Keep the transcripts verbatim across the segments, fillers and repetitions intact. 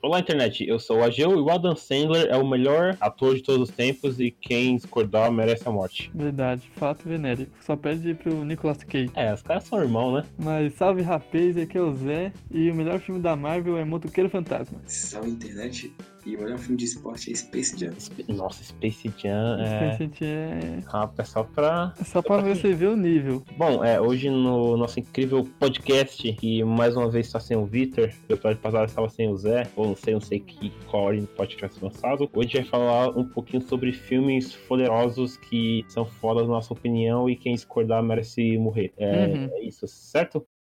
Olá, internet, eu sou o Ageu e o Adam Sandler é o melhor ator de todos os tempos e quem discordar merece a morte. Verdade, fato venérico. Só pede pro Nicolas Cage. É, os caras são irmãos, né? Mas salve rapaz, aqui é o Zé e o melhor filme da Marvel é Motoqueiro Fantasma. Salve internet, e o melhor filme de esporte é Space Jam. Sp- Nossa, Space Jam é... Space Jam é... Rapaz, é só pra... é só pra você ver o nível. Bom, é, hoje no nosso incrível podcast, que mais uma vez está sem o Victor, o episódio passado estava sem o Zé, ou não sei, não sei que, qual ordem do podcast vai ser lançado. Hoje a gente vai falar um pouquinho sobre filmes poderosos que são foda na nossa opinião e quem discordar merece morrer. É, Uhum. é isso, certo?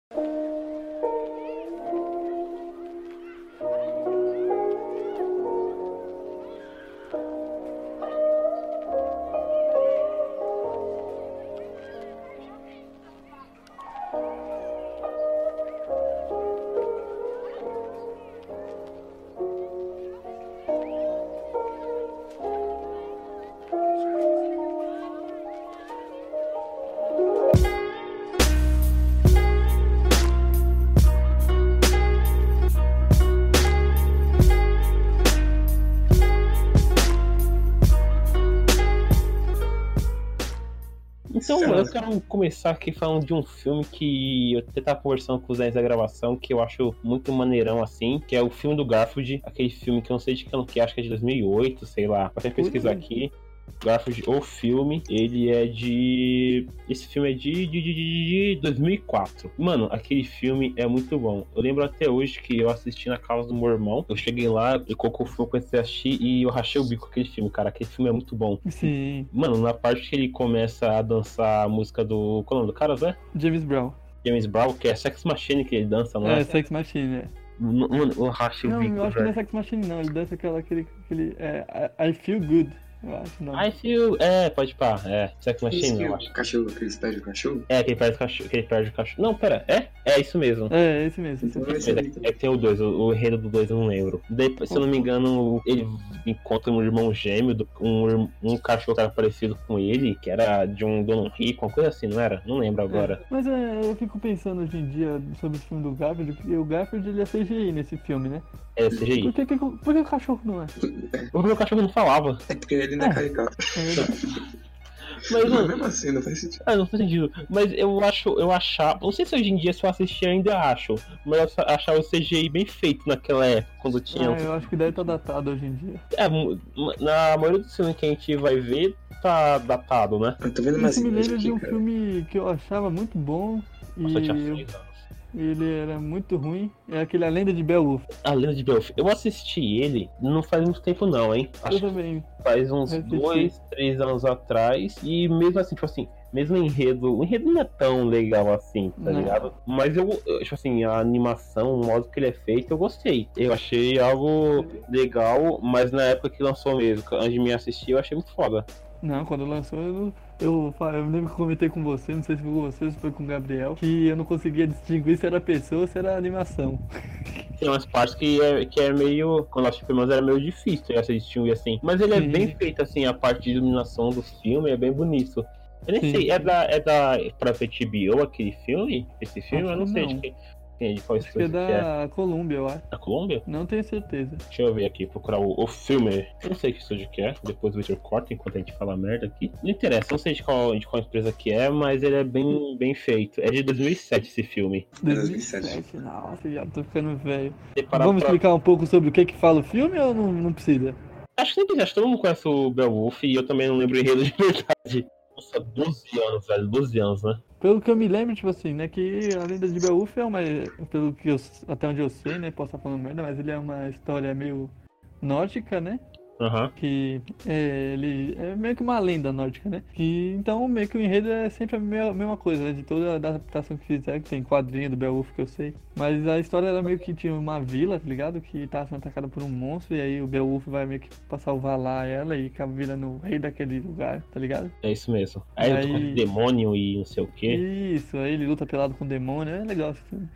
Então, eu quero começar aqui falando de um filme que eu até tava conversando com os dez da gravação, que eu acho muito maneirão, assim, que é o filme do Garfield, aquele filme que eu não sei de que ano que é, acho que é de dois mil e oito, sei lá, vou até pesquisar aqui. Garfield, o filme, ele é de... Esse filme é de, de, de, de dois mil e quatro. Mano, aquele filme é muito bom. Eu lembro até hoje que eu assisti na casa do meu irmão. Eu cheguei lá, ele colocou o filme, eu comecei a assistir e eu rachei o bico com aquele filme, cara. Aquele filme é muito bom. Sim. Mano, na parte que ele começa a dançar a música do... Qual é o nome do cara, Zé? James Brown. James Brown, que é Sex Machine que ele dança, não é? É, Sex Machine, é. Mano, eu rachei o Não, bico, eu acho que não é velho. Sex Machine não, ele dança aquela, aquele, aquele, é, I I Feel Good, eu acho, não. I feel... É, pode pá, é. Sex Machine, eu acho. O cachorro, que eles pedem o cachorro? É, que ele perde o cachorro. Que ele perde o cachorro. Não, pera, é? É isso mesmo. É, é esse mesmo. Esse Então mesmo. vai ser É, é que tem o dois, o, o enredo do dois eu não lembro. Depois, se eu não me engano, ele encontra um irmão gêmeo, do- um, ir- um cachorro que era parecido com ele, que era de um dono rico, uma coisa assim, não era? Não lembro agora. É, mas é, eu fico pensando hoje em dia sobre esse filme do Garfield, porque o Garfield ele é C G I nesse filme, né? É C G I. Por que, que- por que o cachorro não é? O meu cachorro não falava. É porque ele não é É. caricato. É verdade. Mas, Mas mano, mesmo assim, não faz sentido. ah, não faz sentido. Mas eu acho, eu achava. Não sei se hoje em dia, se eu assistir, ainda acho. Mas eu achava o C G I bem feito naquela época, quando tinha. Ah, eu acho que deve estar datado hoje em dia. É, mu- na maioria dos filmes que a gente vai ver, tá datado, né? Eu tô vendo umas Isso me imagens lembra de aqui, um cara. filme que eu achava muito bom e Nossa, eu tinha eu- seis anos. ele era muito ruim. É aquele A Lenda de Beowulf. A Lenda de Beowulf. Eu assisti ele não faz muito tempo não, hein? Acho Eu que também. faz uns assisti. dois, três anos atrás. E mesmo assim, tipo assim, mesmo o enredo, o enredo não é tão legal assim, tá Não. ligado? Mas eu, eu, tipo assim, a animação, o modo que ele é feito, eu gostei. Eu achei algo legal, mas na época que lançou mesmo, antes de me assistir, eu achei muito foda. Não, quando lançou, eu, não- eu, fa- eu lembro que eu comentei com você, não sei se foi com você ou se foi com o Gabriel, que eu não conseguia distinguir se era pessoa ou se era animação. Tem umas partes que é, que é meio. Quando eu assisti pelo menos era meio difícil essa distinguir assim. Mas ele é Sim. bem feito, assim, a parte de iluminação do filme é bem bonito. Eu nem Sim. sei, é da, é da própria H B O aquele filme? Esse filme? Acho Eu não que sei não. de quem. quem- De qual Acho que é estúdio que é. da Colômbia, eu acho. Da Colômbia? Não tenho certeza. Deixa eu ver aqui, procurar o, o filme. Eu não sei que estúdio que é, depois o Victor corta enquanto a gente fala merda aqui. Não interessa, não sei de qual, de qual empresa que é, mas ele é bem, bem feito. É de dois mil e sete esse filme. dois mil e sete. dois mil e sete, nossa, já tô ficando velho. Separado Vamos pra- explicar um pouco sobre o que que fala o filme ou não, não precisa? Acho que nem precisa, acho que todo mundo conhece o Beowulf e eu também não lembro o enredo de verdade. Nossa, doze anos, velho, doze anos, né? Pelo que eu me lembro, tipo assim, né, que a Lenda de Beowulf é uma, pelo que eu, até onde eu sei, né, posso estar falando merda, mas ele é uma história meio nórdica, né? Aham. Que é, ele é meio que uma lenda nórdica, né? Que, então, meio que o enredo é sempre a mesma, mesma coisa, né? De toda a adaptação que fizeram, que tem quadrinho do Beowulf que eu sei. Mas a história era meio que tinha uma vila, tá ligado? Que tava sendo atacada por um monstro, e aí o Beowulf vai meio que pra salvar lá ela e acaba virando o rei daquele lugar, tá ligado? É isso mesmo. Aí, Aí- eu tô com demônio e não sei o que. Isso, aí ele luta pelado com o demônio, é legal esse filme.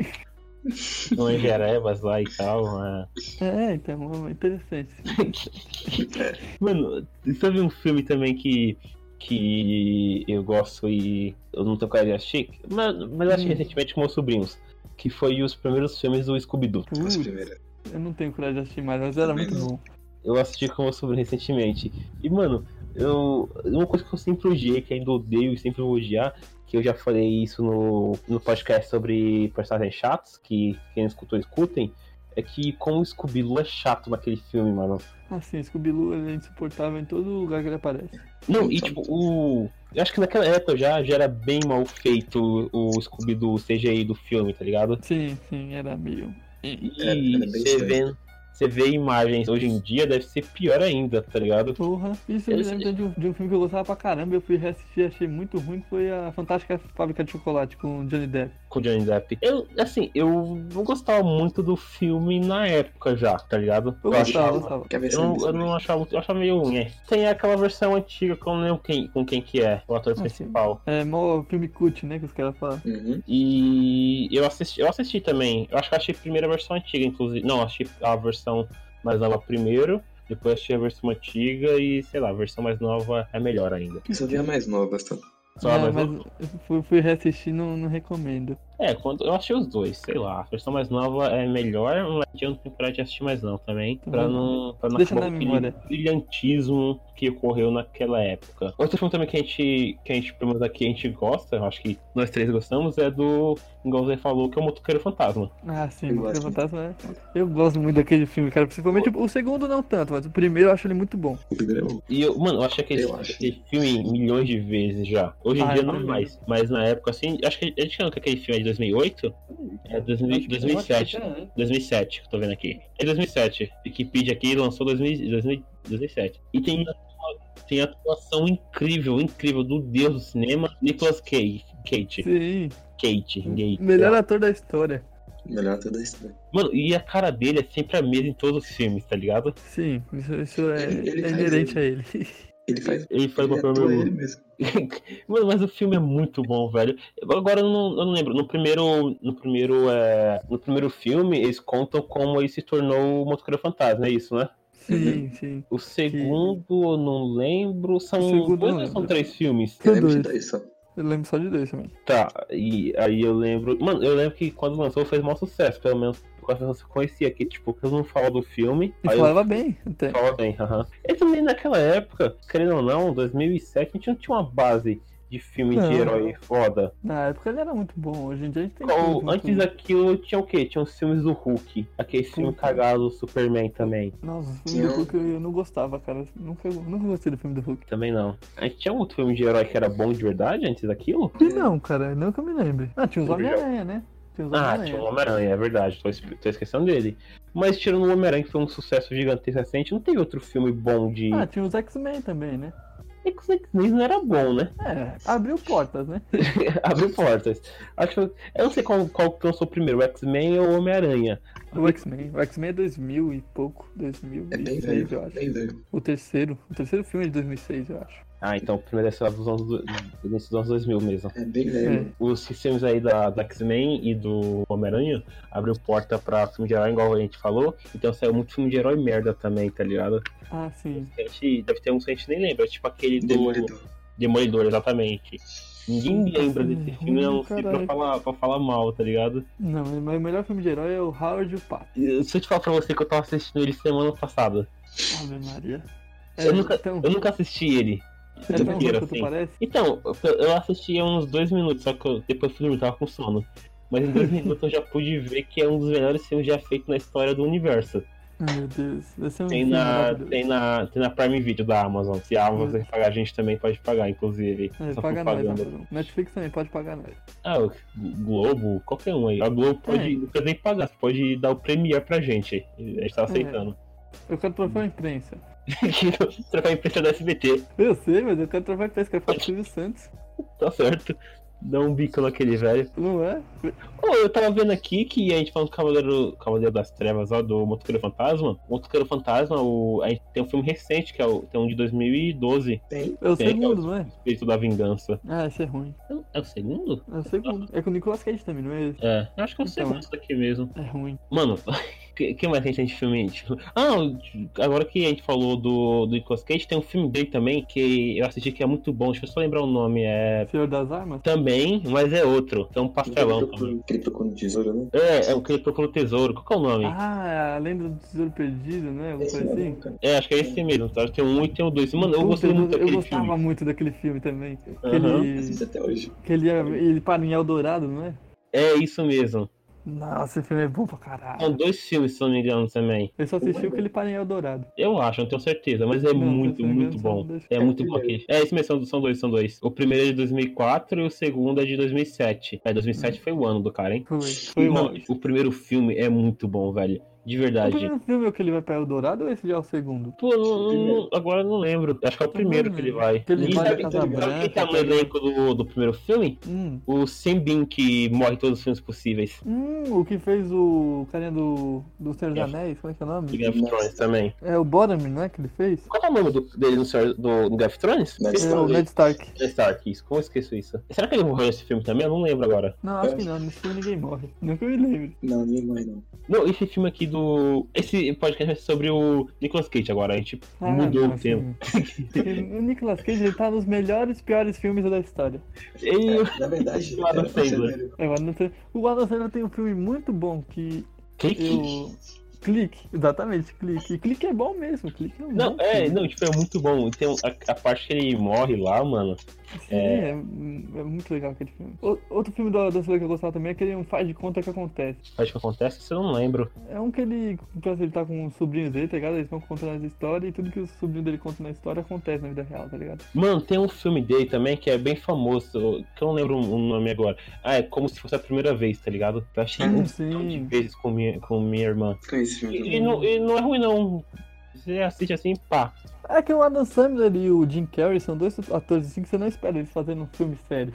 Não é Jerebas lá e tal. É. É, então, é interessante. Mano, sabe um filme também que, que eu gosto e eu não tenho cara de assistir? Mas, mas eu assisti Hum. recentemente com meus sobrinhos. Que foi os primeiros filmes do Scooby-Doo. As Putz, primeiras. Eu não tenho coragem de assistir mais, mas era Também muito não. bom. Eu assisti com o meu sobrinho recentemente. E, mano, eu. Uma coisa que eu sempre odiei, que ainda odeio e sempre vou odiar, que eu já falei isso no, no podcast sobre personagens chatos, que quem não escutou, escutem, é que como o Scooby-Doo é chato naquele filme, mano. Assim, Scooby-Doo ele é insuportável em todo lugar que ele aparece. Não, e tipo, o. Eu acho que naquela época já, já era bem mal feito o Scooby-Doo C G I do filme, tá ligado? Sim, sim, era meio. E Era- era bem você estranho. vê, você vê imagens hoje em dia, deve ser pior ainda, tá ligado? Porra, isso me Esse- lembra de um, de um filme que eu gostava pra caramba. Eu fui reassistir e achei muito ruim. Que foi a Fantástica Fábrica de Chocolate com Johnny Depp. Com o Johnny Depp. Eu, assim, eu não gostava muito do filme na época já, tá ligado? Eu Eu gostava, achava- gostava. Que a Eu versão não, eu não achava muito, eu achava meio ruim. É. Tem aquela versão antiga que eu não lembro quem, com quem que é, o ator Ah, sim. principal. É mó filme cult, né? Que os caras falam. Uhum. E eu assisti, eu assisti também. Eu acho que eu achei a primeira versão antiga, inclusive. Não, achei a versão mais nova primeiro. Depois achei a versão antiga e, sei lá, a versão mais nova é melhor ainda. Eu só vi a mais nova, só. Só a É, mais mas nova? eu fui, fui reassistir e não, não recomendo. É, quando eu achei os dois, sei lá. A versão mais nova é melhor, mas eu não tenho coragem de assistir mais não também. Pra não, pra não Deixa acabar na com aquele memória. brilhantismo que ocorreu naquela época. Outro filme também que a gente, que a gente, pelo menos aqui, a gente gosta, eu acho que nós três gostamos, é do, igual você falou, que é o Motoqueiro Fantasma. Ah, sim, Eu Motoqueiro gosto. Fantasma é. Eu gosto muito daquele filme, cara. Principalmente o segundo não tanto, mas o primeiro eu acho ele muito bom. O primeiro é bom. E eu, mano, eu achei aquele, Eu acho. aquele filme milhões de vezes já. Hoje em Ah, dia eu não também. mais, mas na época assim, acho que a gente falou que aquele filme é de dois mil e oito? É dois mil, dois mil e sete. dois mil e sete, que eu tô vendo aqui. É dois mil e sete. Wikipedia aqui lançou dois mil, dois mil, dois mil e sete. E tem, tem atuação incrível, incrível do deus do cinema, Nicolas Cage. Cage. Sim, Cage. Gay. melhor ator da história. Melhor toda a história. Mano, e a cara dele é sempre a mesma em todos os filmes, tá ligado? Sim, isso, isso é, Ele- ele é faz inerente ele. a ele. Ele faz. Ele faz o Ele papel atua meio. ele mesmo. Mano, mas o filme é muito bom, velho. Agora eu não, eu não lembro. No primeiro. No primeiro. É... No primeiro filme, eles contam como ele se tornou o Motoqueiro Fantasma, é isso, né? Sim, sim. O segundo eu não lembro. São O segundo dois eu ou são lembro. três filmes? Eu lembro de dois. dois só. Eu lembro só de dois também. Tá, e aí eu lembro. Mano, eu lembro que quando lançou fez maior sucesso, pelo menos com as pessoas que eu conhecia aqui, tipo, todo mundo fala do filme. E aí falava bem, até. eu falava bem, aham. E também naquela época, querendo ou não, dois mil e sete, a gente não tinha uma base de filme Não. de herói foda. Na época ele era muito bom, hoje em dia a gente tem Qual- filmes muito antes bons. daquilo tinha o quê? Tinha os filmes do Hulk. Aquele filme Puta. cagado do Superman também. Nossa, o filme Tinha do um- Hulk eu eu não gostava, cara. Nunca, nunca gostei do filme do Hulk. Também não. A gente tinha outro filme de herói que era bom de verdade antes daquilo? E não, cara, não que eu me lembre. Ah, tinha os Eu Homem-Aranha, né? Tinha os Ah, Homem-Aranha. tinha o Homem-Aranha, é verdade. Tô, es- tô esquecendo dele. Mas tirando o Homem-Aranha, que foi um sucesso gigantesco recente, não tem outro filme bom de. Ah, tinha os X-Men também, né? É que os X-Men não era bom, né? É, abriu portas, né? Abriu portas. Acho que eu, eu não sei qual, qual que lançou primeiro, o X-Men ou o Homem-Aranha. O X-Men. O X-Men é dois mil e pouco. É bem dois mil e seis, velho. eu acho. Bem velho. O terceiro. O terceiro filme é de dois mil e seis, eu acho. Ah, então o primeiro é sei lá, dos anos, do, do início dos anos dois mil mesmo. É bem É. velho. Os filmes aí da, da X-Men e do Homem-Aranha abriu porta pra filme de herói, igual a gente falou. Então saiu muito filme de herói merda também, tá ligado? Ah, sim. A gente, deve ter uns que a gente nem lembra, tipo aquele do Demolidor. Demolidor, exatamente. Ninguém Puta, lembra filme desse ruim filme, do não sei pra caralho. falar, pra falar mal, tá ligado? Não, mas o melhor filme de herói é o Howard e o Pato. E se eu te falar pra você que eu tava assistindo ele semana passada. Ave Maria. Eu nunca- tão, Eu nunca assisti ele. é tão ruim inteiro, quanto assim. parece. Então, eu- eu assisti uns dois minutos, só que eu, depois fui dormir, tava com sono. Mas em dois minutos eu já pude ver que é um dos melhores filmes já feitos na história do universo. Ai, meu Deus. Vai ser um Tem filme na, maravilhoso. tem, na, tem na Prime Video da Amazon. Se a Amazon Hum. quiser pagar, a gente também pode pagar, inclusive. É, Essa paga nós, propaganda. Amazon. Netflix também pode pagar nós. Ah, o Globo, qualquer um aí. A Globo pode, É. não precisa nem pagar, você pode dar o Premiere pra gente. A gente tá aceitando. Eu quero troféu imprensa. Trocar a imprensa da S B T, Eu sei, mas eu quero troféu imprensa, quero falar do Silvio Santos. tá certo. Dá um bico naquele velho. Não é? Ô, eu tava vendo aqui que a gente falando do Cavaleiro, Cavaleiro das Trevas, ó, do Motoqueiro Fantasma. O Motoqueiro Fantasma, o, a gente tem um filme recente, que é, o, tem um de dois mil e doze, Tem. É o Tem, segundo, é o- não é? Espírito da Vingança. Ah, esse é ruim. É o segundo? É o segundo. É com o Nicolas Cage também, não é esse? É, eu acho que é o Então, segundo daqui mesmo. É ruim. Mano, que, que mais a gente tem de filme? Tipo, ah, agora que a gente falou do, do Nicolas Cage, tem um filme dele também que eu assisti que é muito bom. Deixa eu só lembrar o nome. É. Senhor das Armas? Também, mas é outro. É um pastelão também. Que ele procura no tesouro, né? É, é o que ele procura o tesouro. Qual que é o nome? Ah, a Lenda do Tesouro Perdido, né? Alguma Esse coisa mesmo, assim. cara. É, acho que é esse mesmo. Tá? Tem um e tem o dois. Mano, eu Puta, gostei muito eu daquele gostava filme. muito daquele filme também. Que Aham. ele, Assisto até hoje. que ele, ia- ele para em Eldorado, não é? É isso mesmo. Nossa, esse filme é bom pra São caralho. dois filmes, se não me engano, também. Eu só assisti o que ele para em Eldorado. Eu acho, não tenho certeza, mas é Não, muito, se eu não me muito engano, bom. são dois. É muito bom aquele. É, isso mesmo, são, são dois, são dois. O primeiro é de dois mil e quatro e o segundo é de dois mil e sete. É, dois mil e sete foi o ano do cara, hein? Foi, foi E, o mano, o primeiro filme é muito bom, velho. De O verdade. primeiro filme é o que ele vai pra Eldorado ou esse já é o segundo? Pô, não- não- agora eu não lembro. Acho que é o primeiro que ele vai. Que ele E vai sabe, da Casa sabe Branca, quem tá no tá ligado? elenco do, do primeiro filme? Hum. O Simbin, que morre em todos os filmes possíveis. Hum, o que fez o carinha do, do Senhor dos É. Anéis, como é que é o De nome? Game of Thrones também. É o Boromir, não é que ele fez? Qual é o nome do, dele no, Senhor- do, do Game of Thrones? Ned É o Ned Stark. Ned Stark, isso. Como eu esqueço isso? Será que ele morreu nesse filme também? Eu não lembro agora. Não, acho que não, nesse filme ninguém morre. Nunca me lembro. Não, nem mais não. Não, esse filme aqui do... Esse podcast é sobre o Nicolas Cage agora. A gente Ah, mudou não, o assim, tempo. O Nicolas Cage ele tá nos melhores e piores filmes da história. E... Na verdade, O Adam era pra ser Sandler. melhor. É, o Adam Sandler- o Adam Sandler tem um filme muito bom que Clique? eu... Clique, exatamente, Clique. E Clique é bom mesmo, Clique é um Não, bom é, filme. não, tipo, é muito bom. Tem um- a, a parte que ele morre lá, mano. Sim, é... é muito legal aquele filme. O- outro filme do Adam Sandler que eu gostava também é aquele Um Faz de Conta Que Acontece. Acho que acontece, isso eu não lembro. É um que ele, parece que ele tá com os sobrinhos dele, tá ligado? Eles vão contando as histórias e tudo que os sobrinhos dele contam na história acontece na vida real, tá ligado? Mano, tem um filme dele também que é bem famoso, que eu não lembro o nome agora. Ah, é como se fosse a primeira vez, tá ligado? Eu achei Ah, um Hum, monte de sim. vezes com minha, com minha irmã. Com esse filme E, também. e não, e não é ruim, não. Você assiste assim, pá. É que o Adam Sandler e o Jim Carrey são dois atores assim que você não espera eles fazendo um filme sério.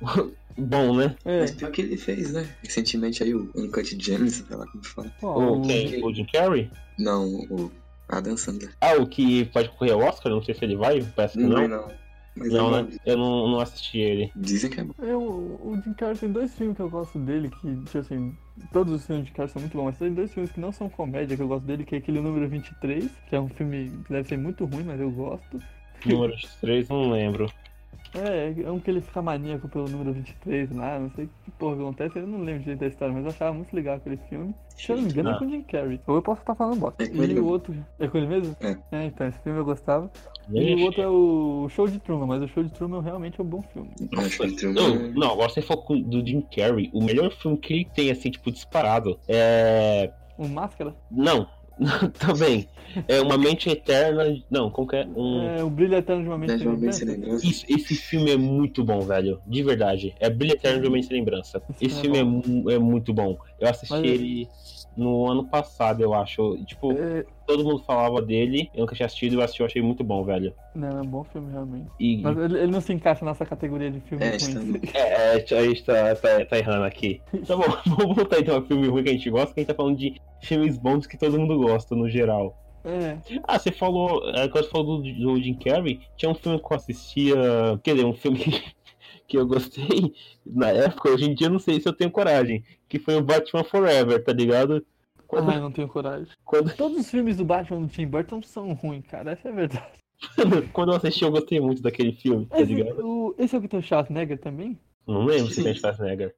Bom, né? É. Mas pior que ele fez, né? Recentemente aí o Uncut Gems, sei lá como fala. Ó, O, o- quem? O Jim Carrey? Não, o Adam Sandler. Ah, o que pode concorrer ao Oscar? Não sei se ele vai, parece que Não, não. vai não. Mas Não, é né? Eu não, não assisti ele. Dizem que é bom. Eu, o Jim Carrey tem dois filmes que eu gosto dele, que, tipo assim, todos os filmes de Jim Carrey são muito bons, mas tem dois filmes que não são comédia que eu gosto dele, que é aquele Número vinte e três, que é um filme que deve ser muito ruim, mas eu gosto. Número três, não lembro. É, é um que ele fica maníaco pelo número vinte e três lá, não sei que porra que acontece, eu não lembro direito da história, mas eu achava muito legal aquele filme. Se eu não me engano Ah. é com o Jim Carrey. Ou eu posso estar falando bosta. É com E ele o mesmo. outro. É com ele mesmo? É. É, então, esse filme eu gostava. Nem E o achei. outro é o Show de Truman, mas o Show de Truman realmente é um bom filme. Eu acho que ele tem Não, uma... não, agora você for com do Jim Carrey, o melhor filme que ele tem, assim, tipo, disparado, é... Um Máscara? Não, também. É Uma Mente Eterna... Não, como que é? Um... É, o Brilho Eterno de uma Mente Deve uma bem Sem sem Lembrança. lembrança. Isso, esse filme é muito bom, velho. De verdade. É Brilho Eterno de Uma Mente Sem Lembrança. Esse Esse filme filme é é, mu- é muito bom. Eu assisti Mas- ele no ano passado, eu acho. Tipo, É, todo mundo falava dele, eu nunca tinha assistido, eu assisti, eu achei muito bom, velho. não, é um bom filme realmente. E... Mas ele, ele não se encaixa nessa categoria de filme É, ruim. está... É, é, a gente tá, tá, tá errando aqui. Tá bom, vamos voltar então ao filme ruim que a gente gosta, que a gente tá falando de filmes bons que todo mundo gosta, no geral. É, Ah, você falou, é, quando você falou do, do Jim Carrey, tinha um filme que eu assistia, quer dizer, um filme que, que eu gostei na época, hoje em dia eu não sei se eu tenho coragem, que foi o Batman Forever, tá ligado? Quando, ah, eu não tenho coragem. quando, Todos os filmes do Batman do Tim Burton são ruins, cara, essa é a verdade. quando eu assisti eu gostei muito daquele filme, tá Esse, ligado? o, esse é o que tem o Schwarzenegger também? Não lembro se tem Schwarzenegger.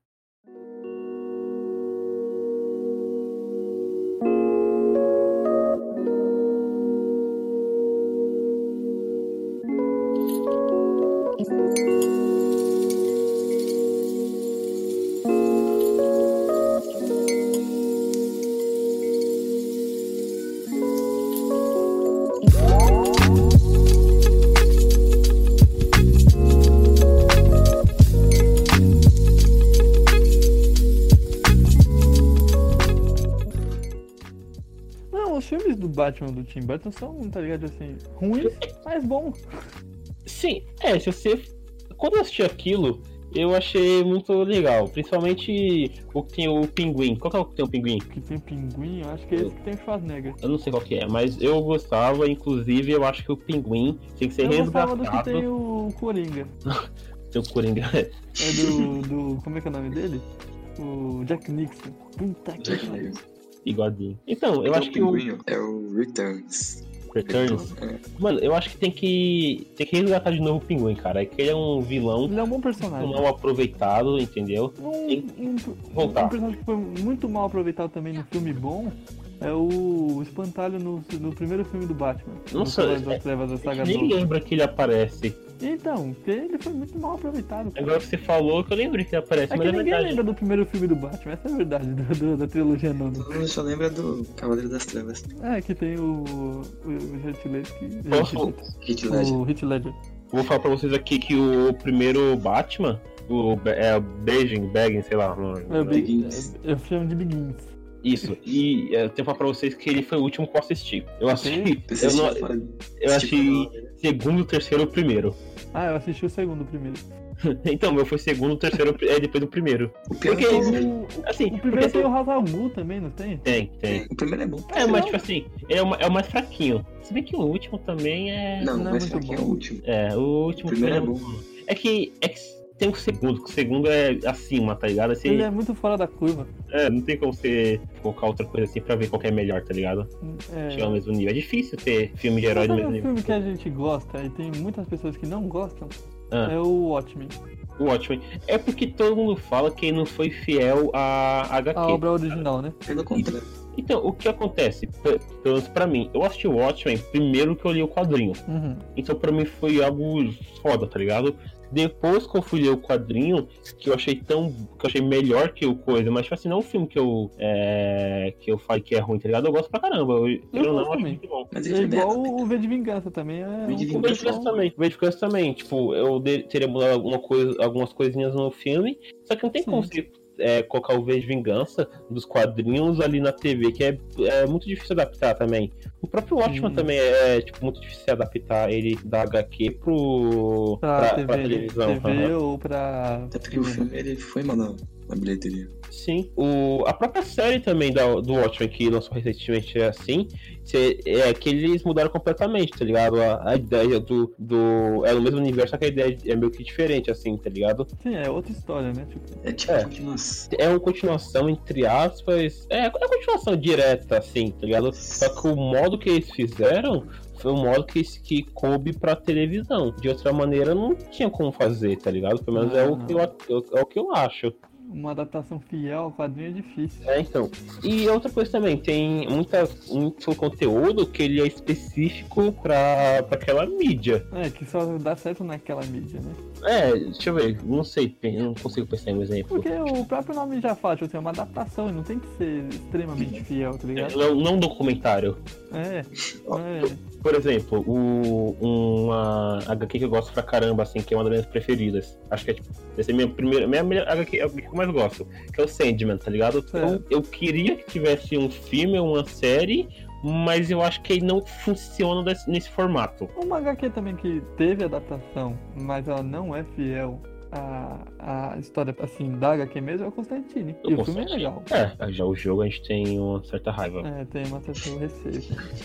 Não, os filmes do Batman do Tim Burton são, tá ligado, assim, ruins, mas bons. Sim, é, se você. Quando eu assisti aquilo, eu achei muito legal. Principalmente o que tem o pinguim. Qual que é o que tem o pinguim? Que tem pinguim, eu acho que é esse que tem o Schwarzenegger. Eu não sei qual que é, mas eu gostava, inclusive eu acho que o pinguim tem que ser Eu gostava do que resgatado. tem o Coringa. Tem o Coringa. É do, do. Como é que é o nome dele? O Jack Nixon. Puta que Jack pariu. Nixon. Bigodinho. Então, eu Então, acho que o pinguim, ó, é o Returns. Returns... É. Mano, eu acho que tem que tem que resgatar de novo o Pinguim, cara. É que ele é um vilão Ele é um bom personagem. mal aproveitado, entendeu? Um, Tem um, um voltar. personagem que foi muito mal aproveitado também no filme bom é o Espantalho no, no primeiro filme do Batman. Nossa, no Cavaleiro é- das Trevas da Saga Nem doze. lembra que ele aparece. Então, porque ele foi muito mal aproveitado. cara. Agora que você falou que eu lembrei que ele aparece, É mas que é ninguém verdade. lembra do primeiro filme do Batman, essa é a verdade, do, do- da trilogia nova. Todo mundo só lembra do Cavaleiro das Trevas. É, que tem o, o, o Heath Ledger, que- Posso- Heath Ledger. o Heath Ledger. Vou falar pra vocês aqui que o primeiro Batman, o Be- é o Begin, Begin, sei lá. não- É o não- Big, Begins. eu chamo de Begins. Isso. E é, eu tenho que falar pra vocês que ele foi o último que eu assisti. Eu assisti. Você Eu, não, assistiu fora- eu assistiu achei fora da hora, né? segundo, terceiro, primeiro. Ah, eu assisti o segundo primeiro. Então, meu foi segundo, terceiro, é depois do primeiro. O pior Porque é que O, Assim, o porque primeiro tem assim, o Hazal Gu também, não tem? tem, tem. o primeiro é bom. É, mas tipo assim, é o, é o mais fraquinho. Se bem que o último também é. Não, não é mas muito aqui é bom. o último. É, o último O primeiro é também bom. É que, é que tem o segundo, que o segundo é acima, tá ligado? Assim, Ele é muito fora da curva. é, não tem como você colocar outra coisa assim pra ver qual que é melhor, tá ligado? É... Chegar ao mesmo nível. É difícil ter filme de herói Sabe do mesmo um nível. filme que a gente gosta e tem muitas pessoas que não gostam? Ah. É o Watchmen. O Watchmen. É porque todo mundo fala que não foi fiel a H Q. A obra original, né? Pelo contrário. Então, o que acontece? P- Pelo menos pra mim, eu assisti o Watchmen primeiro que eu li o quadrinho. Uhum. Então pra mim foi algo foda, tá ligado? Depois que eu fui ler o quadrinho, que eu achei tão. que eu achei melhor que o coisa, mas tipo assim, não é um filme que eu. É, que eu falo que é ruim, tá ligado? Eu gosto pra caramba. Eu, eu não gosto acho também. muito bom. Mas É ele é igual merda. o V de Vingança também. É V de um O pouco Vejo Vingança só- também. O Vejo também. Tipo, eu de- teria mudado alguma coisa, algumas coisinhas no filme, só que não tem Sim. como você é, colocar o V de Vingança dos quadrinhos ali na T V, que é, é muito difícil adaptar também. O próprio Watchmen Sim. também é tipo, muito difícil adaptar ele da H Q pro, Pra, pra, T V, pra televisão. T V aham. ou pra. Até porque o filme ele foi, mano, na bilheteria. Sim, o, a própria série também da, do Watchmen que lançou recentemente é assim, cê- é que eles mudaram completamente, tá ligado? A, a ideia do, do. É no mesmo universo, só que a ideia é meio que diferente, assim, tá ligado? Sim, é outra história, né? Tipo, É tipo É. continuação. É uma continuação, entre aspas. É, é uma continuação direta, assim, tá ligado? Só que o modo que eles fizeram foi um modo que, que coube pra televisão. De outra maneira, não tinha como fazer, tá ligado? Pelo menos é, o que eu, é o que eu acho. uma adaptação fiel ao quadrinho é difícil. É, então. E outra coisa também, tem muita, muito conteúdo que ele é específico pra, pra aquela mídia. É, que só dá certo naquela mídia, né? É, deixa eu ver, não sei, não consigo pensar em um exemplo. Porque o próprio nome já fala, tipo assim, é uma adaptação, e não tem que ser extremamente fiel, tá ligado? Não, não documentário. É, é. Por exemplo, o, uma agá quê que eu gosto pra caramba, assim, que é uma das minhas preferidas. Acho que é tipo, essa é a minha primeira, minha melhor agá quê, é o que eu mais gosto, que é o Sandman, tá ligado? Eu, eu queria que tivesse um filme ou uma série, mas eu acho que ele não funciona desse, nesse formato. Uma agá quê também que teve adaptação, mas ela não é fiel à, à história, assim, da agá quê mesmo, é o Constantine. E o filme é legal. É, já o jogo a gente tem uma certa raiva. É, tem uma certa receio.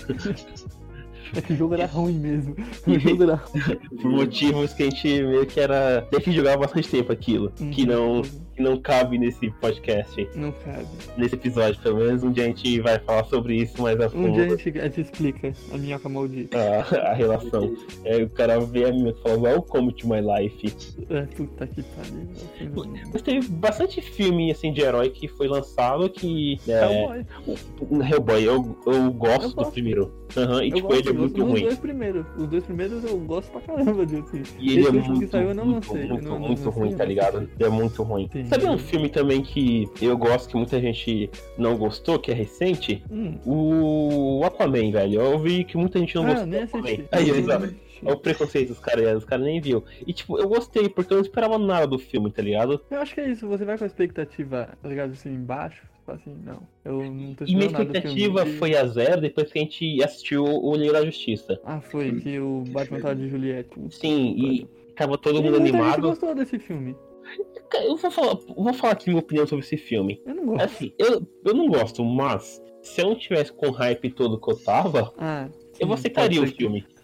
É que o jogo era ruim mesmo. O jogo era ruim. Por motivos que a gente meio que era. Tem que jogar bastante tempo aquilo. Uhum. Que não. Que não cabe nesse podcast, Não cabe. nesse episódio. Pelo menos um dia a gente vai falar sobre isso mais a fundo. Um dia a gente, a gente explica a minhoca maldita. A, a relação. É, o cara vê a minha e fala, welcome to my life. É, puta que pariu. Mas teve bastante filme assim, de herói que foi lançado que. É, Hellboy. o Hellboy, eu, eu gosto Eu do gosto. primeiro. Uhum, e Eu tipo, gosto, ele é eu muito gosto dos ruim. dois primeiros. Os dois primeiros eu gosto pra caramba de assim. E ele Esse é último muito, que saiu eu não muito, lancei. muito, eu não, muito não ruim, lancei, tá eu ligado? lancei. Ele é muito ruim. Sim. Sabe um filme também que eu gosto, que muita gente não gostou, que é recente? Hum. O Aquaman, velho. Eu vi que muita gente não Ah, gostou nem do Aquaman. assisti. Aí, Eu exato. nem assisti. É o preconceito dos caras, os caras nem viu. E tipo, eu gostei, porque eu não esperava nada do filme, tá ligado? Eu acho que é isso, você vai com a expectativa, tá ligado, assim, embaixo, tipo assim, não, eu não tô E minha esperando nada do expectativa filme. foi a zero depois que a gente assistiu o Liga da Justiça. Ah, foi, que o Batman tava de Juliette. Puta Sim, e tava todo E mundo muita gente animado. gostou desse filme. Eu vou falar, vou falar aqui minha opinião sobre esse filme. Eu não gosto. Assim, eu, eu não gosto, mas se eu não tivesse com o hype todo que eu tava, Ah, eu sim, aceitaria o pode ser que- filme.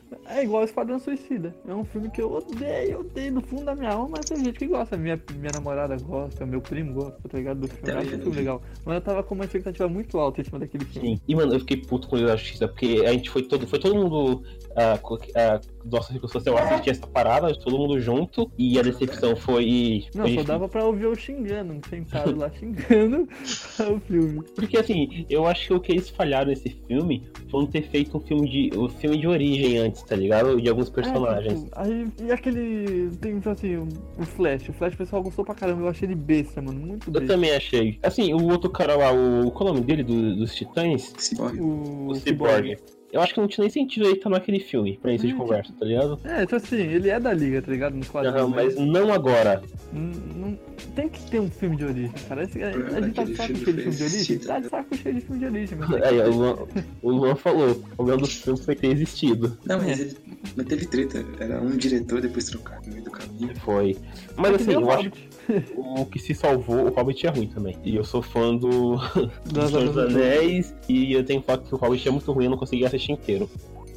É igual Esquadrão Suicida. É um filme que eu odeio, odeio do fundo da minha alma, mas tem gente que gosta. Minha, minha namorada gosta, meu primo gosta, tá ligado? Do filme. Eu acho o filme legal. Mas eu tava com uma expectativa muito alta em cima daquele filme. Sim. E, mano, eu fiquei puto com o Liga da Justiça, porque a gente foi todo, foi todo mundo. Uh, uh, nossa círculo social assistir essa parada, todo mundo junto, e a decepção foi. Não, foi só dava pra ouvir eu xingando, sentado lá xingando o filme. Porque assim, eu acho que o que eles falharam nesse filme foi não ter feito um filme de. um filme de origem antes, tá ligado? De alguns personagens. É, tipo, aí, e aquele. Tem assim, o Flash. O Flash o pessoal gostou pra caramba, eu achei ele besta, mano. Muito besta. Eu também achei. Assim, o outro cara lá, o. Qual é o nome dele? Do, dos Titãs? Cyborg. O, O Cyborg. Eu acho que não tinha nem sentido ele estar naquele filme, pra isso de conversa, tá ligado? É, tipo assim, ele é da liga, tá ligado? Nos quadrinhos. Uhum, mas não agora. Não, não, tem que ter um filme de origem, cara. Esse, a, a gente tá de saco cheio de filme de origem? Tá de saco cheio de filme de origem, mano. Aí, o, Luan, o Luan falou, o problema do filme foi ter existido. Não, mas, ele, mas teve treta. Era um diretor, depois trocar no meio do caminho. Foi. Mas É que assim, nem o eu acho Hobbit. que o que se salvou, o Hobbit é ruim também. E eu sou fã do Das dos Anéis. Anéis, e eu tenho que falar que o Hobbit é muito ruim, eu não consegui assistir inteiro.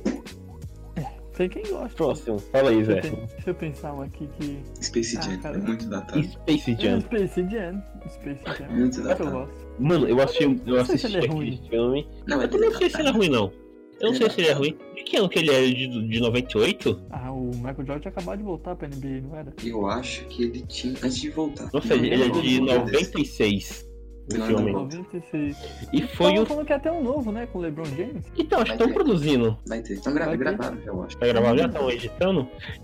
Tem quem gosta. Próximo, fala aí, Deixa eu, Zé. pen- deixa eu pensar um aqui que. Space Ah, Jam, cara. é muito datado. Space É, Jam. Space Jam. Space Jam. Muito Eu datado. gosto. Mano, eu assisti, eu não sei se assisti ele é aquele ruim. filme. Não, Eu também não sei se ele é ruim, não. Eu não Ele sei é se ele é ruim. De que ano que ele é? De, de noventa e oito? Ah, o Michael Jordan tinha acabado de voltar pra N B A, não era? Eu acho que ele tinha. Antes de voltar. Não sei, Não, ele é de não, não, noventa e seis. O Não, filme. não. noventa e seis. E foi Tava o. falando que é até um novo, né? Com o LeBron James. Então, acho que Vai estão ter. produzindo. Vai ter. Estão gra Vai ter. gravados, eu acho. Tá gravado, já estão editando.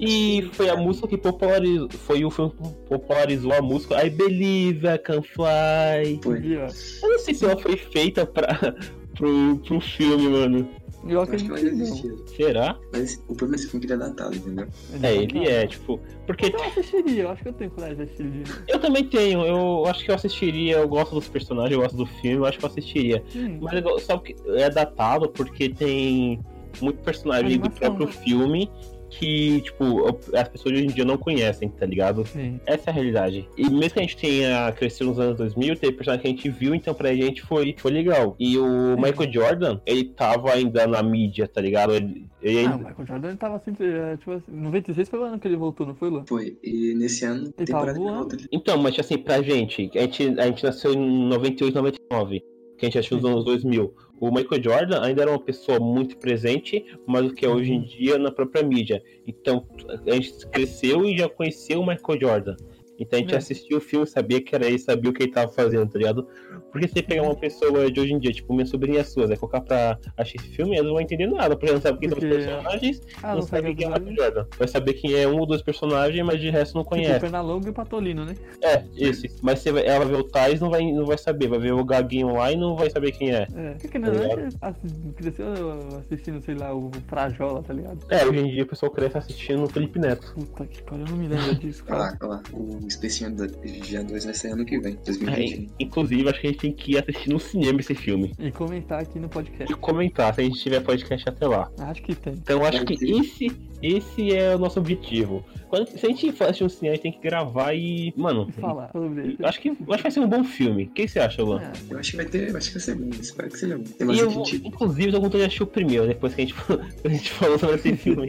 E foi a música que popularizou. Foi o filme que popularizou a música I Believe I Can Fly. Foi. E, ó, Eu não sei se ela foi feita pra, pro, pro filme, mano. eu Eu acho que acredito vai que não. existir. Será? Mas o problema desse filme é que ele é datado, entendeu? É, ele é, tipo. Porque Eu assistiria, eu acho que eu tenho coragem de assistir ele. eu também tenho, eu acho que eu assistiria, eu gosto dos personagens, eu gosto do filme, eu acho que eu assistiria. Hum, Mas eu- sabe que é datado porque tem muito personagem do Animação, próprio né? filme que, tipo, as pessoas hoje em dia não conhecem, tá ligado? sim. Essa é a realidade. E mesmo que a gente tenha crescido nos anos dois mil, teve personagem que a gente viu, então pra gente foi, foi legal. E o Michael Jordan, ele tava ainda na mídia, tá ligado? Ele, ele Ah, o ainda... Michael Jordan ele tava sempre, é, tipo assim, noventa e seis foi o ano que ele voltou, não foi, Luan? Foi. E nesse ano, Ele temporada tava de voando. volta. Então, mas assim, pra gente, a gente, a gente nasceu em noventa e oito, noventa e nove, que a gente achou nos anos dois mil. O Michael Jordan ainda era uma pessoa muito presente, mas do que é hoje em dia na própria mídia. Então, a gente cresceu e já conheceu o Michael Jordan. Então a gente É. assistiu o filme, sabia que era ele, sabia o que ele tava fazendo, tá ligado? Porque se você pegar uma pessoa de hoje em dia, tipo minha sobrinha sua, vai colocar pra assistir esse filme, elas não vão entender nada, porque não sabe quem são os Porque- personagens, Ah, não não sabe sabe quem é o o Michael Jordan. Vai saber quem é um ou dois personagens, mas de resto não Tipo, conhece. Pernalonga e o Patolino, né? É, esse. Mas você vai, ela vai ver o Thais, não vai, não vai saber. Vai ver o Gaguinho lá e não vai saber quem é. É. Porque na Tá verdade, assi- cresceu assistindo, sei lá, o Frajola, tá ligado? É, hoje em dia o pessoal cresce assistindo o Felipe Neto. Puta que pariu, eu não me lembro disso, Olha lá, cara. olha lá. O Space Jam dois vai sair ano que vem, dois mil e É, vinte. inclusive, acho que a gente tem que ir assistir no cinema esse filme. E comentar aqui no E podcast. comentar, se a gente tiver podcast até lá. Acho que tem. Então acho Vai que ter. esse, esse é o nosso objetivo. Quando, se a gente for assistir um cinema, a gente tem que gravar e. Mano, E falar sobre ele. acho que, acho que vai ser um bom filme. O que você acha, Luan? É, Eu acho que vai ter, eu acho que vai ser bom, espero que seja bom. Tem E mais eu, um vou- tipo. inclusive, eu vontade de assistir o primeiro, depois que a gente, a gente falou sobre esse filme.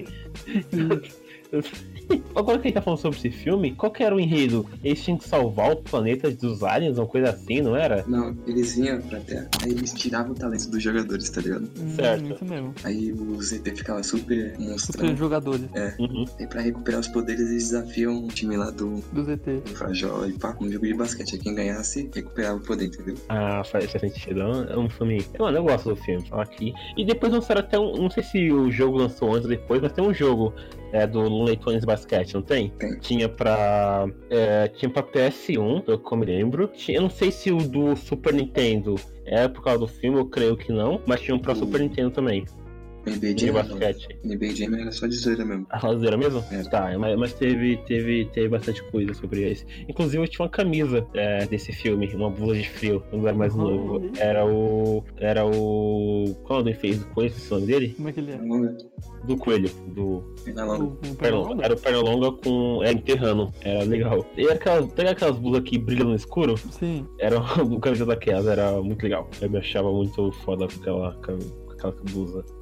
Agora que a gente tá falando sobre esse filme, qual que era o enredo? Eles tinham que salvar o planeta dos aliens, uma coisa assim, não era? Não, eles vinham pra Terra, aí eles tiravam o talento dos jogadores, tá ligado? hum, Certo. Isso mesmo. Aí o Z T ficava super Super monstrão. jogadores Uhum. Aí pra recuperar os poderes, eles desafiam o time lá do, do Z T. do Frajola e pá, um jogo de basquete. Aí quem ganhasse, recuperava o poder, entendeu? Ah, faz, faz sentido. É um- É um filme. Mano, eu gosto do filme. Fala aqui. E depois lançaram até um. Não sei se o jogo lançou antes ou depois, mas tem um jogo é, do Looney Tunes Basquete, não tem? Tem. Tinha pra. É, tinha pra P S um, pelo que eu me lembro. Tinha- eu não sei se o do Super Nintendo é por causa do filme, eu creio que não. Mas tinha um pra O- Super Nintendo também. N B A De Jam, basquete. N B A Jam era só de zoeira mesmo. A lazeira mesmo? É. Tá, mas, mas teve, teve, teve bastante coisa sobre isso. Inclusive eu tinha uma camisa é, desse filme, uma blusa de frio, quando eu era mais Olha novo. aí. Era o. Era o. Qual é o nome fez do coelho? Esse nome dele? Como é que ele é? Longa, Do coelho. Do. na O, longa. o Pernalonga. Pernalonga? Era o Pernalonga com. É, enterrando. Era legal. E era aquelas, pega aquelas blusas que brilham no escuro? Sim. Era uma camisa daquelas, era muito legal. Eu me achava muito foda com aquela, com aquela blusa.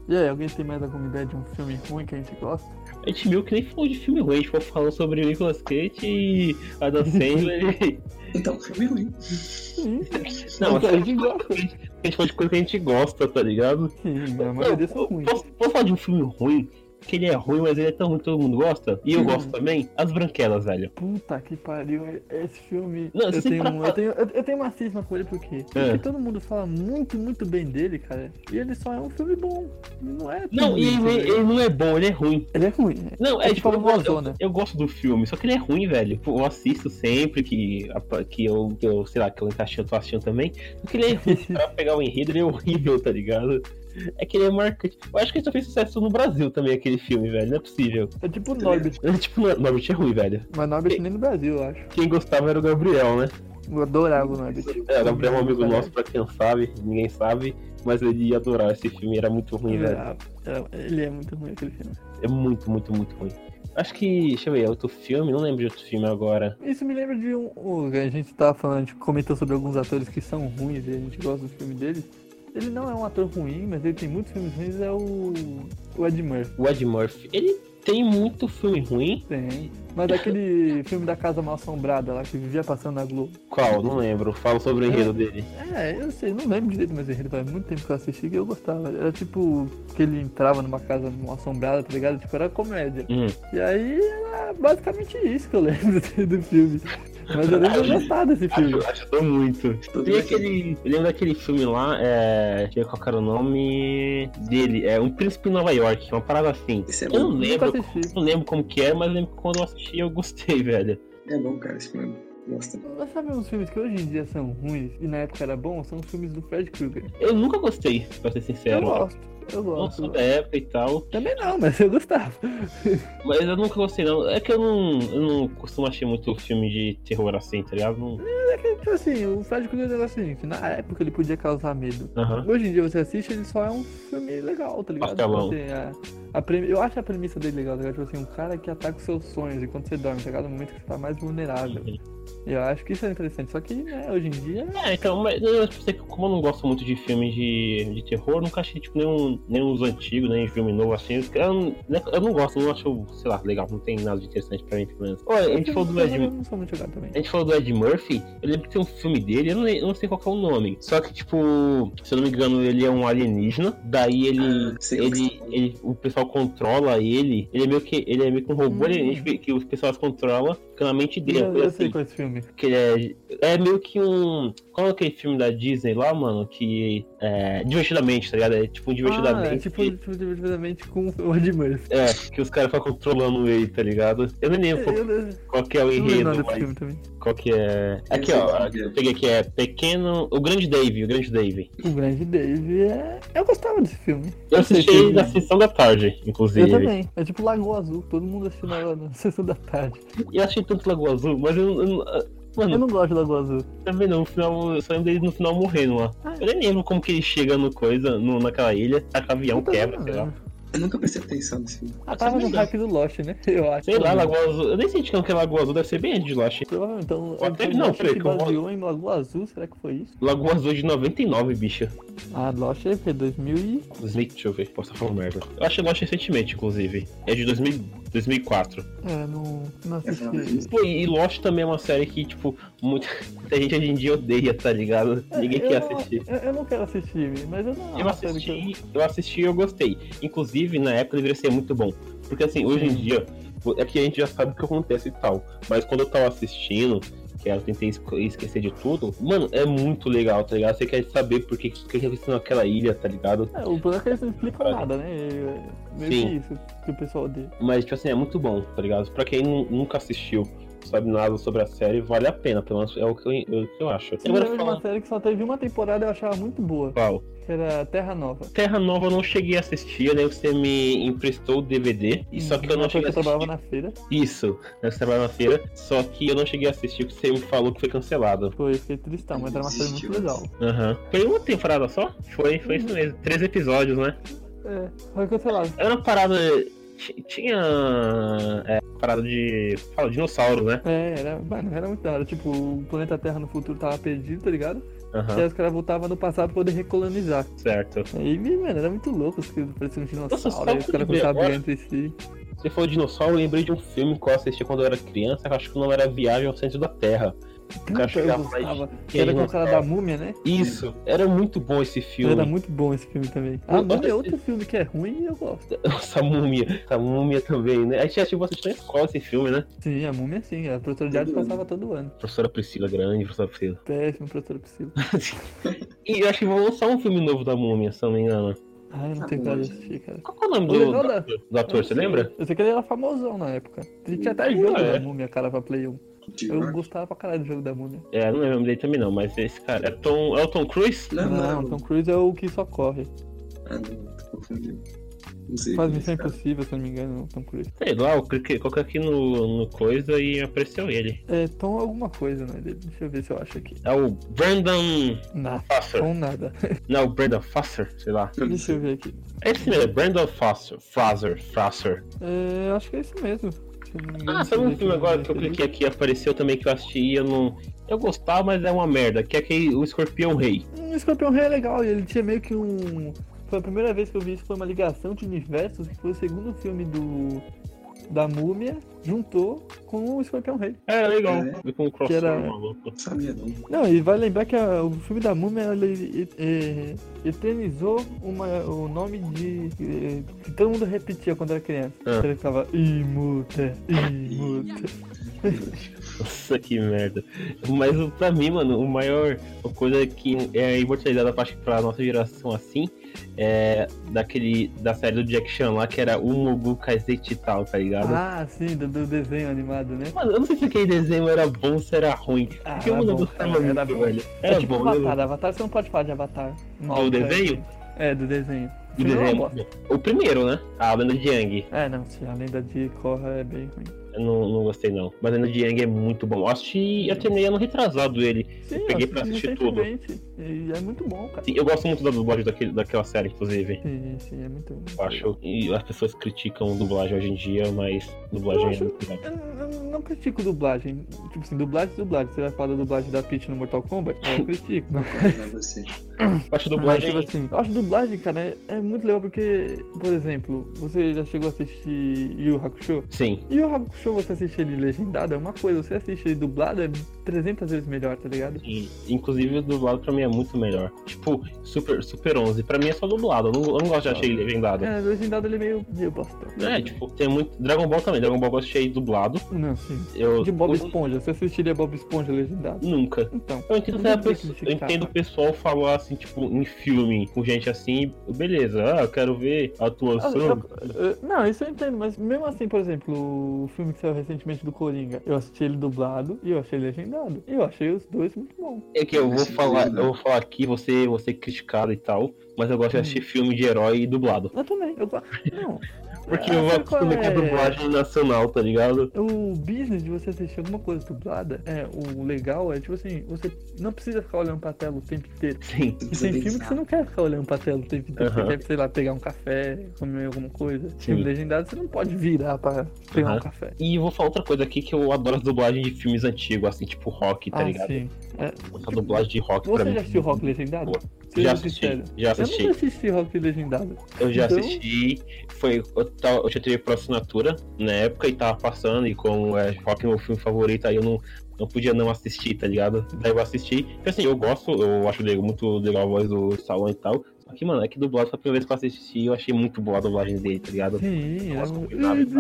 E aí, alguém tem mais alguma ideia de um filme ruim que a gente gosta? A gente viu que nem falou de filme ruim, a gente falou sobre o Nicolas Cage e a Dan Sandler. Então, filme ruim. Sim. Não, Mas a gente gosta. A gente fala de coisa que a gente gosta, tá ligado? Sim, a maioria são ruins. Posso, posso falar de um filme ruim? Que ele é ruim, mas ele é tão ruim que todo mundo gosta. E eu Hum. gosto também. As Branquelas, velho. Puta que pariu, esse filme. Não, eu, você tenho, pra- um- eu, tenho, eu, eu tenho uma cisma com ele porque, porque todo mundo fala muito, muito bem dele, cara. E ele só é um filme bom. Não é. Não, tudo e isso, ele, velho. ele não é bom, ele é ruim. Ele é ruim. né? Não, É é, tipo tipo, eu, a gosto- eu, Amazônia. eu gosto do filme, só que ele é ruim, velho. Pô, eu assisto sempre que, que, eu, que eu, sei lá, que eu encaixei, eu tô assistindo também. Porque ele é ruim, pra pegar o enredo, ele é horrível, tá ligado? É que ele é marcante. Eu acho que ele só fez sucesso no Brasil também, aquele filme, velho. Não é possível. É tipo o Norbit. É, tipo, Norbit é ruim, velho. Mas Norbit nem no Brasil, eu acho. Quem gostava era o Gabriel, né? Eu adorava o Norbit. É, o Gabriel é um amigo nosso, pra quem não sabe, ninguém sabe. Mas ele ia adorar esse filme, era muito ruim, velho. É, é, Ele é muito ruim aquele filme. É muito, muito, muito ruim. Acho que, deixa eu ver, outro filme, não lembro de outro filme agora. Isso me lembra de um. um a gente tava falando, a gente comentou sobre alguns atores que são ruins e a gente gosta do filme deles. Ele não é um ator ruim, mas ele tem muitos filmes ruins, é o. O Ed Murphy. O Ed Murphy, ele tem muito filme ruim. Tem. Mas aquele filme da Casa Mal Assombrada lá que vivia passando na Globo. Qual? Não lembro. Fala sobre o enredo dele. É, eu sei, não lembro direito, mas enredo faz muito tempo que eu assisti que eu gostava. Era tipo que ele entrava numa casa mal assombrada, tá ligado? Tipo, era comédia. Hum. E aí era basicamente isso que eu lembro do filme. Mas eu lembro de gostar desse filme. Acho- Ajudou muito. Tudo Tem bem. aquele. Eu lembro daquele filme lá, é. Deixa eu ver qual que era o nome dele. É Um Príncipe em Nova York, uma parada assim. Esse é Eu não bom. Nunca lembro. assisti. Não lembro como que é, mas lembro que quando eu assisti eu gostei, velho. É bom, cara, esse filme. Gosta. Mas sabe uns filmes que hoje em dia são ruins e na época era bom? São os filmes do Fred Krueger. Eu nunca gostei, pra ser Eu sincero. gosto, eu Não gosto. sou da época e tal. Também não, mas eu gostava. Mas eu nunca gostei, não. É que eu não, eu não costumo assistir muito filme de terror assim, tá ligado? Não... É que, tipo assim, o Fred Krueger é um negócio assim, que na época ele podia causar medo. Aham. Hoje em dia você assiste, ele só é um filme legal, tá ligado? Pastelão. Tipo assim, a, a premi- Eu acho a premissa dele legal, tá ligado? Tipo assim, um cara que ataca os seus sonhos enquanto você dorme, tá ligado? No momento que você tá mais vulnerável. Eu acho que isso é interessante, só que, né, hoje em dia... É, então, mas eu sei que como eu não gosto muito de filmes de, de terror, eu nunca achei tipo, nenhum, nenhum dos antigos, nem filme novo assim. Eu, não- eu não gosto, eu não acho, sei lá, legal, não tem nada de interessante pra mim, pelo menos. Olha, a gente falou do Eu Ed, não sou muito jogado também. a gente falou do Ed Murphy, eu lembro que tem um filme dele, eu não, eu não sei qual que é o nome. Só que, tipo, se eu não me engano, ele é um alienígena, daí ele. Ah, sei o que ele, você tá ele o pessoal controla ele, ele é meio que, ele é meio que um robô Hum. alienígena que, que os pessoal controlam fica na mente dele. Eu, coisa eu sei assim. qual é esse filme. Que ele é. É meio que um. Qual é aquele filme da Disney lá, mano? Que. É. Divertidamente, tá ligado? É tipo um divertidamente. Ah, é tipo, tipo, divertidamente com o Ed Murphy. É, que os caras ficam controlando ele, tá ligado? Eu nem lembro qual, Eu, eu, qual que é o eu não lembro enredo, nada desse mas filme também. qual que é. Aqui, sei ó. qual que é. Eu peguei aqui, é Pequeno. O Grande Dave, o Grande Dave. O Grande Dave é... Eu gostava desse filme. Eu sei assisti se- ele na sessão da tarde, inclusive. Eu também. É tipo Lagoa Azul, todo mundo assistiu na, na sessão da tarde. E eu achei tanto Lagoa Azul, mas eu, eu, mano, Eu não gosto de Lagoa Azul. também não, no final, eu só lembro dele no final morrendo lá. Ah. Eu nem lembro como que ele chega no coisa, no, naquela ilha, taca avião, Eu também quebra, não sei lá. lembro. Eu nunca prestei atenção nesse filme. Ah, tava no hack do Lost, né? Eu acho. Sei lá, Lagoa Azul. Eu nem sei de que é Lagoa Azul, deve ser bem antes de Lost. Provavelmente, então, Até- então não, Lost peraí, se que eu vou- baseou em Lagoa Azul, será que foi isso? Lagoa Azul de noventa e nove, bicha. Ah, Lost é o quê? dois mil e... Snake, deixa eu ver, posso estar falando merda. Eu achei Lost recentemente, inclusive. É de dois mil, dois mil e quatro. É, não, não É, não, assisti. Pô, e Lost também é uma série que, tipo, muita, muita gente hoje em dia odeia, tá ligado? Ninguém eu quer não- assistir. Eu, eu não quero assistir, mas eu não... Eu uma série que assisti, eu assisti e eu gostei. Inclusive, na época deveria ser muito bom. Porque assim, hoje em dia, é que a gente já sabe o que acontece e tal. Mas quando eu tava assistindo, que eu tentei esque- esquecer de tudo, mano, é muito legal, tá ligado? Você quer saber por que que aconteceu naquela ilha, tá ligado? É, o problema é que eles não explicam nada, né? É meio Sim. que isso que o pessoal odeia. Mas, tipo assim, é muito bom, tá ligado? Pra quem nu- nunca assistiu, sabe nada sobre a série, vale a pena, pelo menos é o que eu, é o que eu acho. Eu Agora lembro de uma fala série que só teve uma temporada e eu achava muito boa, qual? que era Terra Nova. Terra Nova eu não cheguei a assistir, né? Você me emprestou o D V D, e só que eu não Uma cheguei a coisa que eu trabalhava assistir. na feira. Isso, eu trabalhava na feira, só que eu não cheguei a assistir porque você me falou que foi cancelado. Foi, fiquei tristão, mas era uma série muito Desistiu. legal. Aham. Foi uma temporada só? Foi, foi isso mesmo. Três episódios, né? É, foi cancelado. Era uma parada. ti- Tinha. É, parada de. Fala, dinossauro, né? É, era, mano, era muito da hora. Tipo, o planeta Terra no futuro tava perdido, tá ligado? Aham. E aí os caras voltavam no passado pra poder recolonizar. Certo. Aí, mano, era muito louco, os caras pareciam um Nossa, dinossauro, aí os sabe caras o que eu começavam a brigar lembrei entre si. Você falou dinossauro, eu lembrei de um filme que eu assisti quando eu era criança, que eu acho que o nome era Viagem ao Centro da Terra. O cara Puta, eu chegava lá gostava. e- Que era com o cara da múmia, né? Isso, era muito bom esse filme. Era muito bom esse filme também. A Eu- Múmia é eu- outro filme que é ruim e eu gosto. Essa múmia, essa múmia também, né? A gente já tinha assistido na escola esse filme, né? Sim, a Múmia sim. A professora de arte Todo ano. passava todo ano. Professora Priscila, grande professora Priscila. Péssimo, professora Priscila. E eu acho que vão lançar um filme novo da múmia, se eu não me engano. Ai, eu não Tá tenho bom, coragem de gente. assistir, cara. Qual que é o nome O do, legal do, da- ator, do ator, você lembra? Eu sei que ele era famosão na época. Ele tinha até Ah, jogo é. da Múmia, cara, pra Play um. De Eu rock? gostava pra caralho do jogo da Múmia. É, não lembro o nome dele também não, mas esse cara é Tom, é o Tom Cruise? Não, Não, não. Tom Cruise é o que só corre. Ah, não, tô confundindo. Não sei. Faz quem é Missão esse cara. Impossível, se eu não me engano, o Tom Cruise. Sei lá, eu cliquei, coloquei aqui no, no coisa e apareceu ele. É Tom alguma coisa, né? dele. Deixa eu ver se eu acho aqui. É o Brandon Nada. Foster. Tom nada. Não, o Brandon Foster, sei lá. Eu não Deixa eu sei. ver aqui. É esse mesmo, Brandon Foster. Fraser, Fraser. É, acho que é esse mesmo. Se eu não me engano, Ah, sabe um deixa eu filme ver agora aqui. que eu cliquei aqui e apareceu também que eu assisti e eu não. Eu gostava, mas é uma merda, que é aquele o Escorpião Rei. Hum, O Escorpião Rei é legal, e ele tinha meio que um. Foi a primeira vez que eu vi isso, foi uma ligação de universos, que foi o segundo filme do. Da Múmia, juntou com o Escorpião Rei. É legal. É. Veio com um crossover era- maluco. Não sabia não. Não, e vai lembrar que a- o filme da Múmia ele, é, eternizou uma, o nome de. é, que todo mundo repetia quando era criança. Ah. Ele ficava imuta, imuta. Nossa, que merda. Mas pra mim, mano, o maior a coisa que é imortalizada pra, pra nossa geração assim é daquele. Da série do Jack Chan lá, que era o Mogu Kaizeti tal, tá ligado? Ah, sim, do, do desenho animado, né? Mano, eu não sei se aquele desenho era bom ou se era ruim. Ah, Porque era mano, eu bom, gostava cara, era muito, bom. velho. É Era tipo bom, né? Avatar, Avatar você não pode falar de Avatar. Do desenho? É, do desenho. O Filme é uma desenho é bosta. muito bom. O primeiro, né? A Lenda de Yang. É, não, sim, a lenda de Korra é bem ruim. Eu não, não gostei, não. Mas a Lenda de Yang é muito bom. Eu assisti, eu terminei ano retrasado ele. Sim, peguei eu pra assisti assistir tudo. recentemente, E é muito bom, cara. Sim, eu gosto muito da dublagem daquele, daquela série, inclusive. Sim, sim, é muito bom. Eu acho. E as pessoas criticam dublagem hoje em dia, mas dublagem Eu é acho- muito legal. Eu, eu não critico dublagem. Tipo assim, dublagem e dublagem. Você vai falar da dublagem da Peach no Mortal Kombat? Eu critico. Não é você. Eu acho Mas, dublagem. tipo assim, eu acho dublagem, cara, é, é muito legal porque, por exemplo, você já chegou a assistir Yu Yu Hakusho? Sim. E o Hakusho, você assiste ele legendado, é uma coisa, você assiste ele dublado, é trezentas vezes melhor, tá ligado? E, inclusive o dublado pra mim é muito melhor. Tipo, Super, Super onze, pra mim é só dublado. Eu não, eu não gosto de achar ele legendado. É, legendado ele é meio, meio bosta. É, tipo, tem muito. Dragon Ball também. Dragon Ball eu achei dublado. Não, sim. Eu. De Bob eu- Esponja, você assistiria Bob Esponja legendado? Nunca. Então. Eu entendo, Não até a tem que pessoa- eu criticar, entendo o cara. pessoal falar assim, tipo, em filme, com gente assim, beleza, ah, eu quero ver a Ah, atuação. eu- eu- Não, isso eu entendo, mas mesmo assim, por exemplo, o filme que saiu recentemente do Coringa, eu assisti ele dublado e eu achei legendado. E eu achei os dois muito bons. É que eu vou Mas falar, filme, né? eu vou falar aqui, você, você criticado e tal, mas eu gosto de Hum. assistir filme de herói dublado. Eu também, eu gosto. Não. Porque Ah, eu vou sabe qual acostumar com a é? dublagem nacional, tá ligado? O business de você assistir alguma coisa dublada, é, o legal é tipo assim, você não precisa ficar olhando pra tela o tempo inteiro. Sim. E tem filme que você não quer ficar olhando pra tela o tempo inteiro. Aham. Você quer, sei lá, pegar um café, comer alguma coisa. Sim. Filme legendado, você não pode virar pra pegar Aham. um café. E eu vou falar outra coisa aqui que eu adoro as dublagens de filmes antigos, assim, tipo rock, tá ah, ligado? sim. É, Essa dublagem de rock pra você mim. já assistiu rock legendado? Boa. Seja Já assisti, sincero. já Eu assisti. nunca assisti rock legendado. Eu já Então- assisti, foi, eu, tava, eu já tive por assinatura na época e tava passando, e como é rock é meu filme favorito, aí eu não, não podia não assistir, tá ligado? Daí eu assisti, porque assim, eu gosto, eu acho legal, muito legal a voz do Stallone e tal, só que, mano, é que dublado foi a primeira vez que eu assisti, eu achei muito boa a dublagem dele, tá ligado? Sim, Nossa, é um- combinado e tal.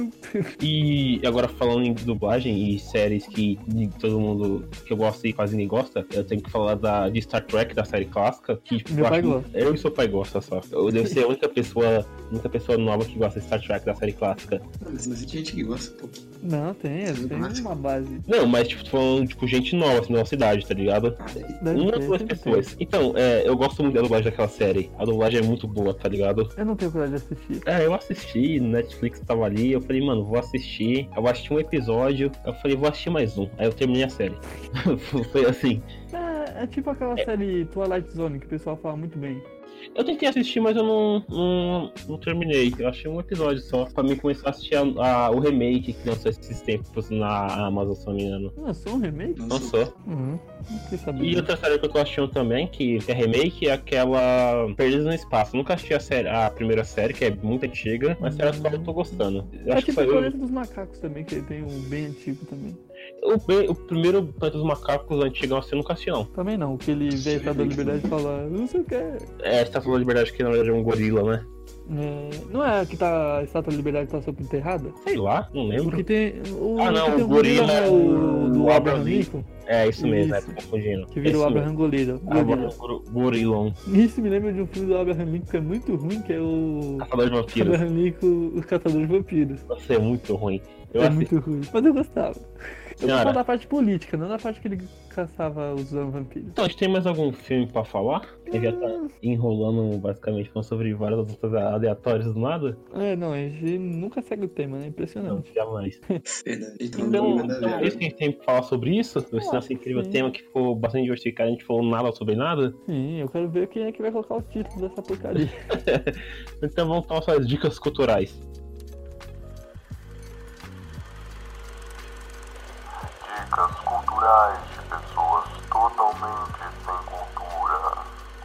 E agora falando em dublagem e séries que todo mundo que eu gosto e quase ninguém gosta, eu tenho que falar da, de Star Trek, da série clássica, que tipo, Meu eu pai acho- gosta. Eu e seu pai gostam só. Eu devo ser a única pessoa, a única pessoa nova que gosta de Star Trek, da série clássica. Não, mas, mas tem gente que gosta, pô. Não, tem, Sim, tem mas- uma base. Não, mas tipo, tô falando, tipo, gente nova, assim, da nossa cidade, tá ligado? Ah, daí. Deve Uma, ter, duas sempre pessoas. Então, é, eu gosto muito da dublagem daquela série. A dublagem é muito boa, tá ligado? tem. Eu não tenho coragem de assistir. É, eu assisti, Netflix tava ali, eu falei, mano, vou assistir. Eu assisti um episódio, eu falei, vou assistir mais um. Aí eu terminei a série. Foi assim. É, é tipo aquela série Twilight Zone que o pessoal fala muito bem. Eu tentei assistir, mas eu não, não, não terminei. Eu achei um episódio só. Pra mim começar a assistir a, a, o remake que lançou esses tempos na Amazon, se não me engano. Lançou um remake? Lançou. Uhum. Não quis saber. E outra série que eu tô achando também, que é remake, é aquela Perdidos no Espaço. Nunca assisti a, série, a primeira série, que é muito antiga, mas a série eu tô gostando. Eu É acho tipo que o saiu... Planeta dos Macacos também, que tem um bem antigo também. O, bem- o primeiro Planeta dos Macacos antigão assim eu nunca assisti, não. Também não, que ele vê a Estátua da Liberdade e fala, não sei o que. É, a Estátua da Liberdade, que na verdade é um gorila, né? É, não é que tá, a Estátua da Liberdade tá super enterrada? Sei lá, não O lembro. que tem. O, Ah, não, que tem o gorila é é o do o Abraham Abraham Lincoln. É, isso mesmo, Isso. é, tô confundindo. Que vira é o isso Abraham mesmo. Gorila. Ah, Gorila. gor- Gorilão. Isso me lembra de um filme do Abraham Lincoln que é muito ruim, que é o. Caçador de vampiros. Abraham Lincoln, os Caçadores de Vampiros. Nossa, é muito ruim. Eu é assisti. muito ruim. Mas eu gostava. Eu Cara. gostava da parte política, não da parte que ele caçava os vampiros. Então, a gente tem mais algum filme pra falar? A gente já tá enrolando basicamente falando sobre várias outras aleatórias do nada? É, não, a gente nunca segue o tema, né? Não, Impressionante. jamais. Verdade. Então, Então, nada a então é ver. isso que a gente tem pra falar sobre isso? Esse nosso incrível sim. tema que ficou bastante diversificado, a gente falou nada sobre nada. Sim, eu quero ver quem é que vai colocar o título dessa porcaria. Então vamos para nossas dicas culturais. Dicas culturais de pessoas totalmente sem cultura.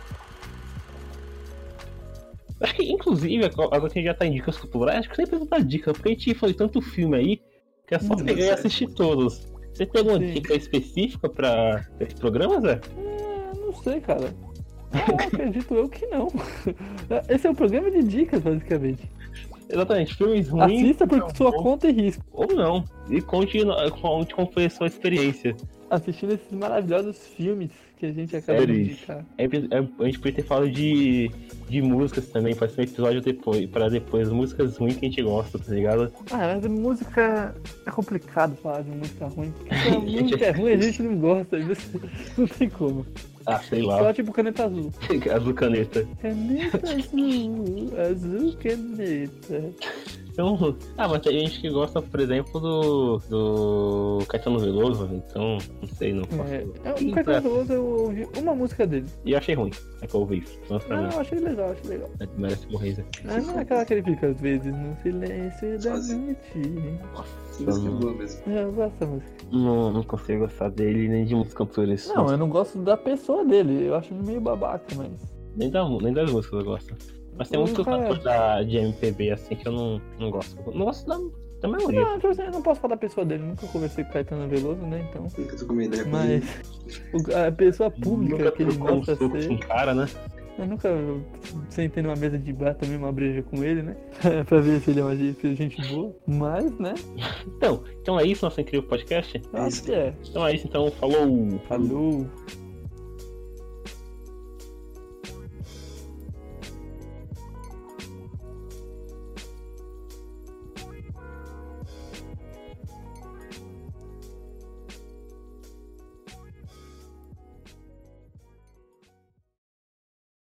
Acho que, inclusive, agora que a gente já tá em dicas culturais, acho que sempre precisa dar dica, porque a gente foi tanto filme aí que é só Hum, pegar e certo. assistir todos. Você tem alguma Sim. dica específica pra esse programa, Zé? É, não sei, cara. Ah, acredito eu que não. Esse é um programa de dicas, basicamente. Exatamente, filmes ruins. Assista por não, sua ou- conta e risco. Ou não. E conte, conte como foi a sua experiência. Assistindo esses maravilhosos filmes que a gente acaba de Séries. indicar. É, é, a gente podia ter falado de, de músicas também, pode ser um episódio depois, pra depois, músicas ruins que a gente gosta, tá ligado? Ah, mas música é complicado falar de música ruim. Porque se a música é ruim, a gente não gosta. Não tem como. Ah, sei Só lá. tipo Caneta Azul. Azul caneta. Caneta azul, azul caneta. Então, ah, mas tem gente que gosta, por exemplo, do, do Caetano Veloso, então, não sei, não posso. É, o Caetano Veloso, eu ouvi uma música dele. E eu achei ruim, é que eu ouvi isso, não pra Não, mim, eu achei legal, achei legal. merece morrer, Zé. Ah, não é aquela que ele fica às vezes no silêncio da Sozinho. noite. Essa música é boa mesmo. É, eu gosto dessa música. Não, não consigo gostar dele nem de muitos cantores. Não, eu não gosto da pessoa dele, eu acho ele meio babaca, mas. nem, da, nem das músicas eu gosto. Mas tem Hum, muito cara. cantor da, de M P B assim que eu não, não gosto. Não gosto da, da maioria. Não, tipo assim, eu não posso falar da pessoa dele, nunca conversei com o Caetano Veloso, né? Então. Nunca tô com uma ideia com ele. Mas o- a pessoa pública Nunca que ele trocou um mostra soco com um ser. cara, né? Eu nunca sentei numa mesa de bar também uma breja com ele, né? pra ver se ele é uma gente, gente boa. Mas, né? Então, então é isso, nosso incrível podcast? Eu acho que é. Então é isso, então, falou! Falou.